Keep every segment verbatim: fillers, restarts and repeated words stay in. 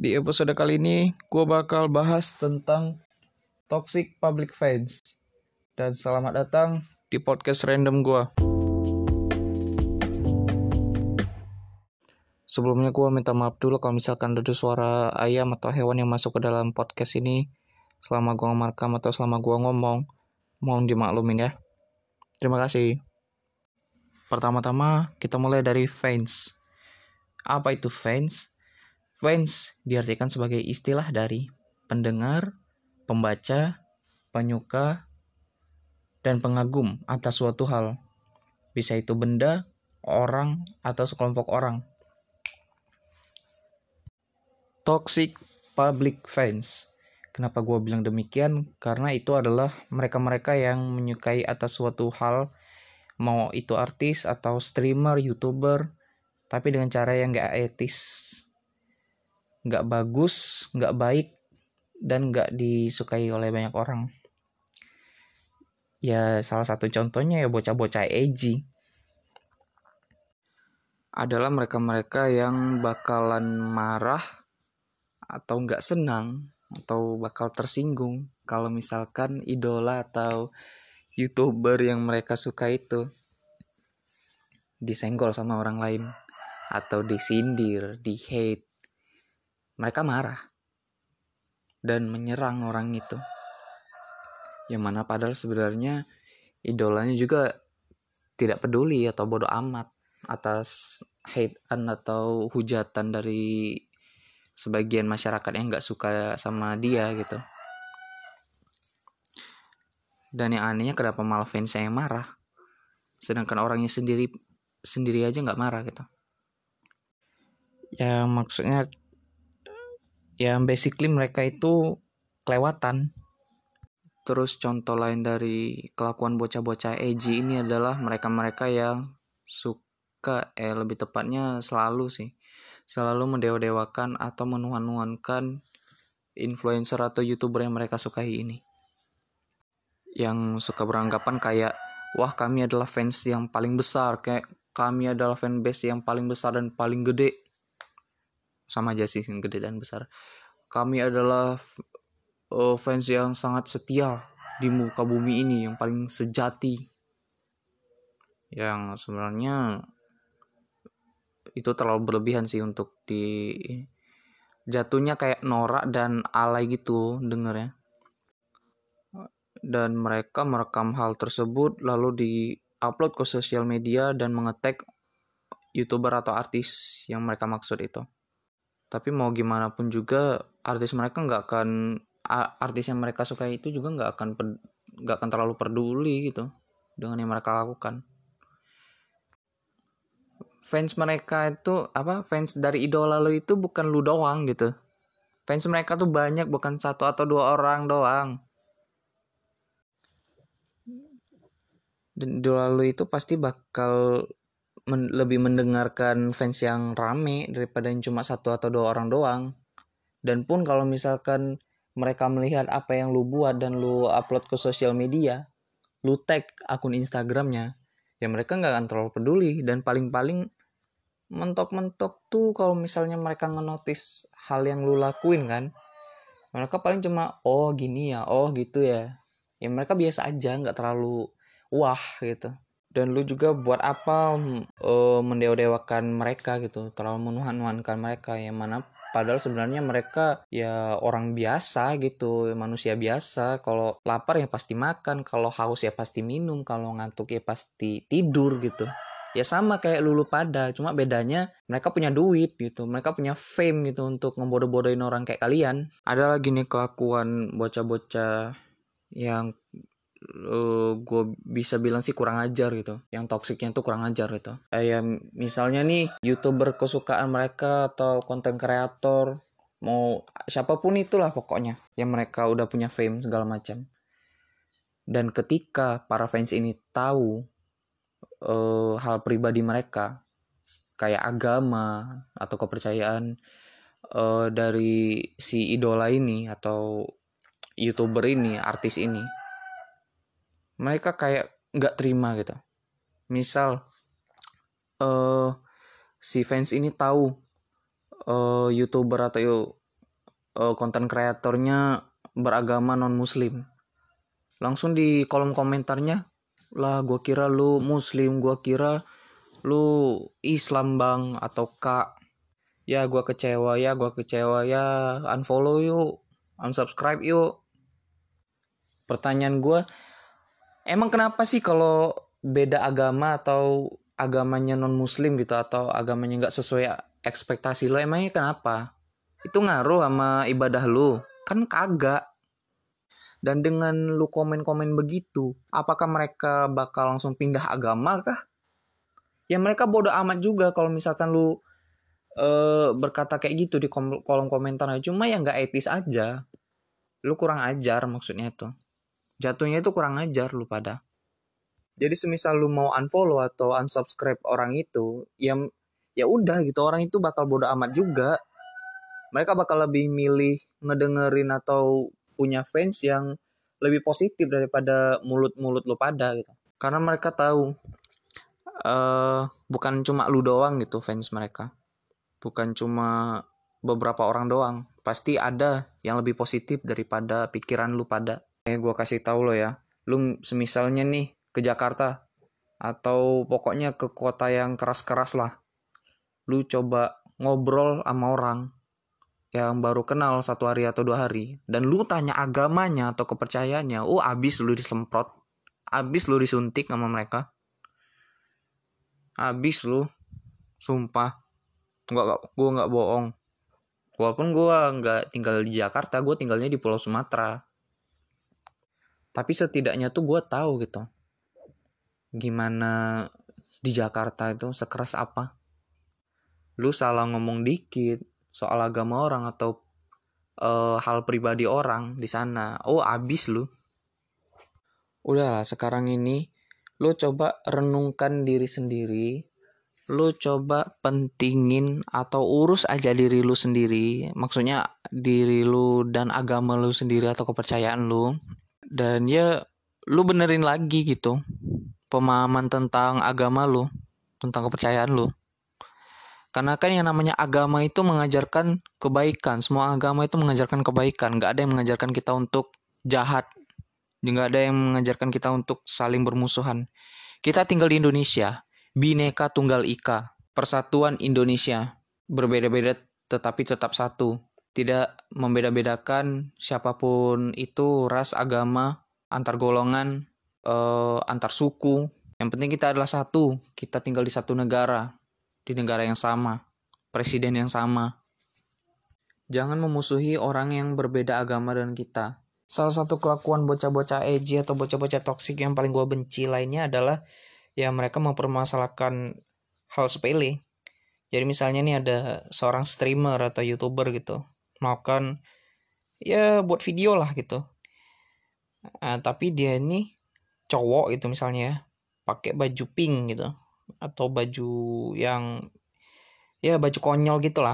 Di episode kali ini, gue bakal bahas tentang toxic public fans. Dan selamat datang di podcast random gue. Sebelumnya gue minta maaf dulu kalau misalkan ada suara ayam atau hewan yang masuk ke dalam podcast ini. Selama gue merekam atau selama gue ngomong, mohon dimaklumin ya. Terima kasih. Pertama-tama kita mulai dari fans. Apa itu fans? Fans diartikan sebagai istilah dari pendengar, pembaca, penyuka, dan pengagum atas suatu hal. Bisa itu benda, orang, atau sekelompok orang. Toxic public fans. Kenapa gue bilang demikian? Karena itu adalah mereka-mereka yang menyukai atas suatu hal, mau itu artis atau streamer, youtuber, tapi dengan cara yang gak etis, gak bagus, gak baik, dan gak disukai oleh banyak orang. Ya salah satu contohnya ya bocah-bocah edgy. Adalah mereka-mereka yang bakalan marah atau gak senang atau bakal tersinggung kalau misalkan idola atau youtuber yang mereka suka itu disenggol sama orang lain atau disindir, di-hate. Mereka marah dan menyerang orang itu. Yang mana padahal sebenarnya idolanya juga tidak peduli atau bodoh amat atas hate-an atau hujatan dari sebagian masyarakat yang gak suka sama dia gitu. Dan yang anehnya kenapa malah fansnya yang marah, sedangkan orangnya sendiri sendiri aja gak marah gitu. Ya maksudnya ya basically mereka itu kelewatan. Terus contoh lain dari kelakuan bocah-bocah edgy ini adalah mereka-mereka yang suka, eh lebih tepatnya selalu sih, selalu mendewa-dewakan atau menuhan-nuhankan influencer atau youtuber yang mereka sukai ini. Yang suka beranggapan kayak, wah kami adalah fans yang paling besar, kayak kami adalah fanbase yang paling besar dan paling gede. Sama aja sih, gede dan besar. Kami adalah uh, fans yang sangat setia di muka bumi ini, yang paling sejati. Yang sebenarnya itu terlalu berlebihan sih untuk di jatuhnya kayak norak dan alay gitu dengernya. Dan mereka merekam hal tersebut lalu di-upload ke sosial media dan mengetag youtuber atau artis yang mereka maksud itu. Tapi mau gimana pun juga artis mereka nggak akan artis yang mereka suka itu juga nggak akan nggak akan terlalu peduli gitu dengan yang mereka lakukan. Fans mereka itu apa? Fans dari idola lo itu bukan lu doang gitu. Fans mereka tuh banyak, bukan satu atau dua orang doang. Dan idola lo itu pasti bakal men- lebih mendengarkan fans yang rame daripada yang cuma satu atau dua orang doang. Dan pun kalau misalkan mereka melihat apa yang lu buat dan lu upload ke sosial media, lu tag akun Instagramnya, ya mereka nggak akan terlalu peduli. Dan paling-paling mentok-mentok tuh kalau misalnya mereka ngenotis hal yang lu lakuin kan, mereka paling cuma oh gini ya, oh gitu ya. Ya mereka biasa aja, nggak terlalu wah gitu. Dan lu juga buat apa uh, mendewa-dewakan mereka gitu, terlalu menuhan-nuhankan mereka, yang mana padahal sebenarnya mereka ya orang biasa gitu, manusia biasa. Kalau lapar ya pasti makan, kalau haus ya pasti minum, kalau ngantuk ya pasti tidur gitu. Ya sama kayak lulu pada, cuma bedanya mereka punya duit gitu, mereka punya fame gitu untuk ngebodoh-bodohin orang kayak kalian. Ada lagi nih kelakuan bocah-bocah yang uh, gue bisa bilang sih kurang ajar gitu, yang toksiknya tuh kurang ajar gitu. Kayak misalnya nih youtuber kesukaan mereka atau konten kreator, mau siapapun itulah pokoknya, yang mereka udah punya fame segala macam. Dan ketika para fans ini tahu uh, hal pribadi mereka, kayak agama atau kepercayaan uh, dari si idola ini atau youtuber ini, artis ini, mereka kayak nggak terima gitu. Misal uh, si fans ini tahu uh, youtuber atau uh, konten kreatornya beragama non muslim. Langsung di kolom komentarnya, lah gua kira lu muslim, gua kira lu Islam bang atau kak. Ya gua kecewa ya, gua kecewa ya, unfollow yuk, unsubscribe yuk. Pertanyaan gua, emang kenapa sih kalau beda agama atau agamanya non muslim gitu atau agamanya nggak sesuai ekspektasi lo, emangnya kenapa? Itu ngaruh sama ibadah lu? Kan kagak. Dan dengan lu komen-komen begitu, apakah mereka bakal langsung pindah agama kah? Ya mereka bodoh amat juga kalau misalkan lu uh, berkata kayak gitu di kom- kolom komentar. Cuma ya nggak etis aja. Lu kurang ajar maksudnya itu. Jatuhnya itu kurang ajar lu pada. Jadi semisal lu mau unfollow atau unsubscribe orang itu, ya ya udah gitu, orang itu bakal bodoh amat juga. Mereka bakal lebih milih ngedengerin atau punya fans yang lebih positif daripada mulut-mulut lu pada gitu. Karena mereka tahu uh, bukan cuma lu doang gitu fans mereka. Bukan cuma beberapa orang doang. Pasti ada yang lebih positif daripada pikiran lu pada. Eh gue kasih tahu lo ya. Lu semisalnya nih ke Jakarta atau pokoknya ke kota yang keras-keras lah. Lu coba ngobrol sama orang yang baru kenal satu hari atau dua hari, dan lu tanya agamanya atau kepercayaannya, oh abis lu disemprot, abis lu disuntik sama mereka, abis lu, sumpah, nggak, gue nggak bohong, walaupun gue nggak tinggal di Jakarta, gue tinggalnya di Pulau Sumatera, tapi setidaknya tuh gue tahu gitu, gimana di Jakarta itu sekeras apa. Lu salah ngomong dikit soal agama orang atau uh, hal pribadi orang di sana, oh abis lu. Udahlah sekarang ini lu coba renungkan diri sendiri, lu coba pentingin atau urus aja diri lu sendiri, maksudnya diri lu dan agama lu sendiri atau kepercayaan lu, dan ya lu benerin lagi gitu pemahaman tentang agama lu, tentang kepercayaan lu. Karena kan yang namanya agama itu mengajarkan kebaikan. Semua agama itu mengajarkan kebaikan. Gak ada yang mengajarkan kita untuk jahat. Gak ada yang mengajarkan kita untuk saling bermusuhan. Kita tinggal di Indonesia. Bhinneka Tunggal Ika. Persatuan Indonesia. Berbeda-beda tetapi tetap satu. Tidak membeda-bedakan siapapun itu, ras, agama, antar golongan, eh, antar suku. Yang penting kita adalah satu. Kita tinggal di satu negara. Di negara yang sama, presiden yang sama. Jangan memusuhi orang yang berbeda agama dengan kita. Salah satu kelakuan bocah-bocah edgy atau bocah-bocah toksik yang paling gue benci lainnya adalah ya mereka mempermasalahkan hal sepele. Jadi misalnya nih ada seorang streamer atau youtuber gitu melakukan ya buat video lah gitu. Nah, tapi dia ini cowok gitu misalnya ya, pakai baju pink gitu atau baju yang ya baju konyol gitulah.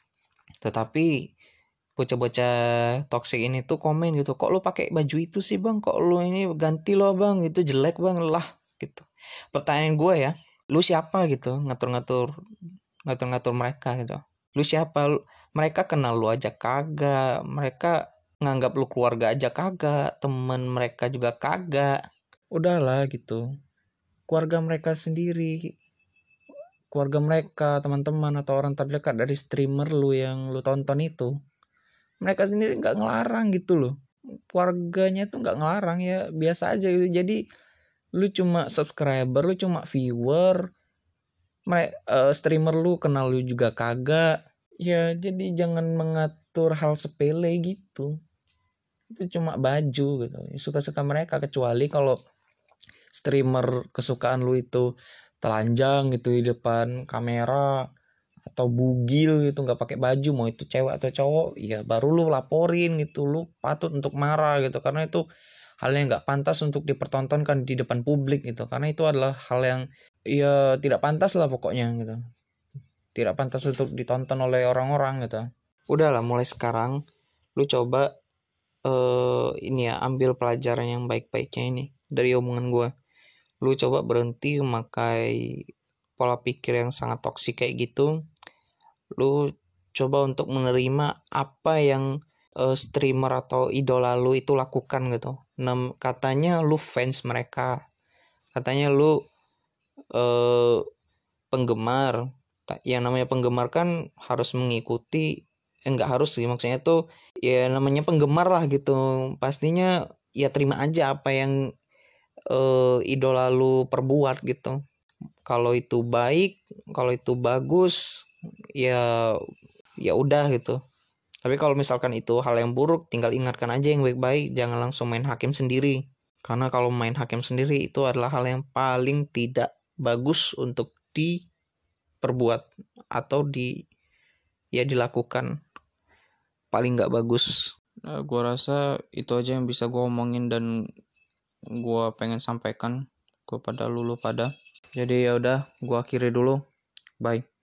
Tetapi bocah-bocah toxic ini tuh komen gitu, kok lu pakai baju itu sih bang, kok lu ini ganti lo bang, itu jelek bang lah gitu. Pertanyaan gue ya, lu siapa gitu ngatur-ngatur ngatur-ngatur mereka gitu, lu siapa? Mereka kenal lu aja kagak, mereka nganggap lu keluarga aja kagak, temen mereka juga kagak. Udahlah gitu, keluarga mereka sendiri, keluarga mereka, teman-teman atau orang terdekat dari streamer lu yang lu tonton itu, mereka sendiri nggak ngelarang gitu loh. Keluarganya tuh nggak ngelarang, ya biasa aja gitu. Jadi lu cuma subscriber, lu cuma viewer, mereka uh, streamer lu kenal lu juga kagak. Ya jadi jangan mengatur hal sepele gitu. Itu cuma baju gitu, suka-suka mereka. Kecuali kalau streamer kesukaan lu itu telanjang gitu di depan kamera atau bugil gitu nggak pakai baju, mau itu cewek atau cowok, ya baru lu laporin gitu, lu patut untuk marah gitu, karena itu hal yang nggak pantas untuk dipertontonkan di depan publik gitu, karena itu adalah hal yang ya tidak pantas lah pokoknya gitu, tidak pantas untuk ditonton oleh orang-orang gitu. Udahlah mulai sekarang lu coba uh, ini ya, ambil pelajaran yang baik-baiknya ini dari omongan gue. Lu coba berhenti memakai pola pikir yang sangat toksik kayak gitu. Lu coba untuk menerima apa yang uh, streamer atau idola lu itu lakukan gitu. Nah, katanya lu fans mereka, katanya lu uh, penggemar. Yang namanya penggemar kan harus mengikuti, eh, enggak harus sih, maksudnya tuh ya namanya penggemar lah gitu. Pastinya ya terima aja apa yang uh, idola lu perbuat gitu. Kalau itu baik, kalau itu bagus, ya ya udah gitu. Tapi kalau misalkan itu hal yang buruk, tinggal ingatkan aja yang baik-baik, jangan langsung main hakim sendiri. Karena kalau main hakim sendiri itu adalah hal yang paling tidak bagus untuk diperbuat atau di ya dilakukan, paling nggak bagus. Nah, gua rasa itu aja yang bisa gua omongin dan gua pengen sampaikan kepada lulu pada. Jadi ya udah, gua akhiri dulu. Bye.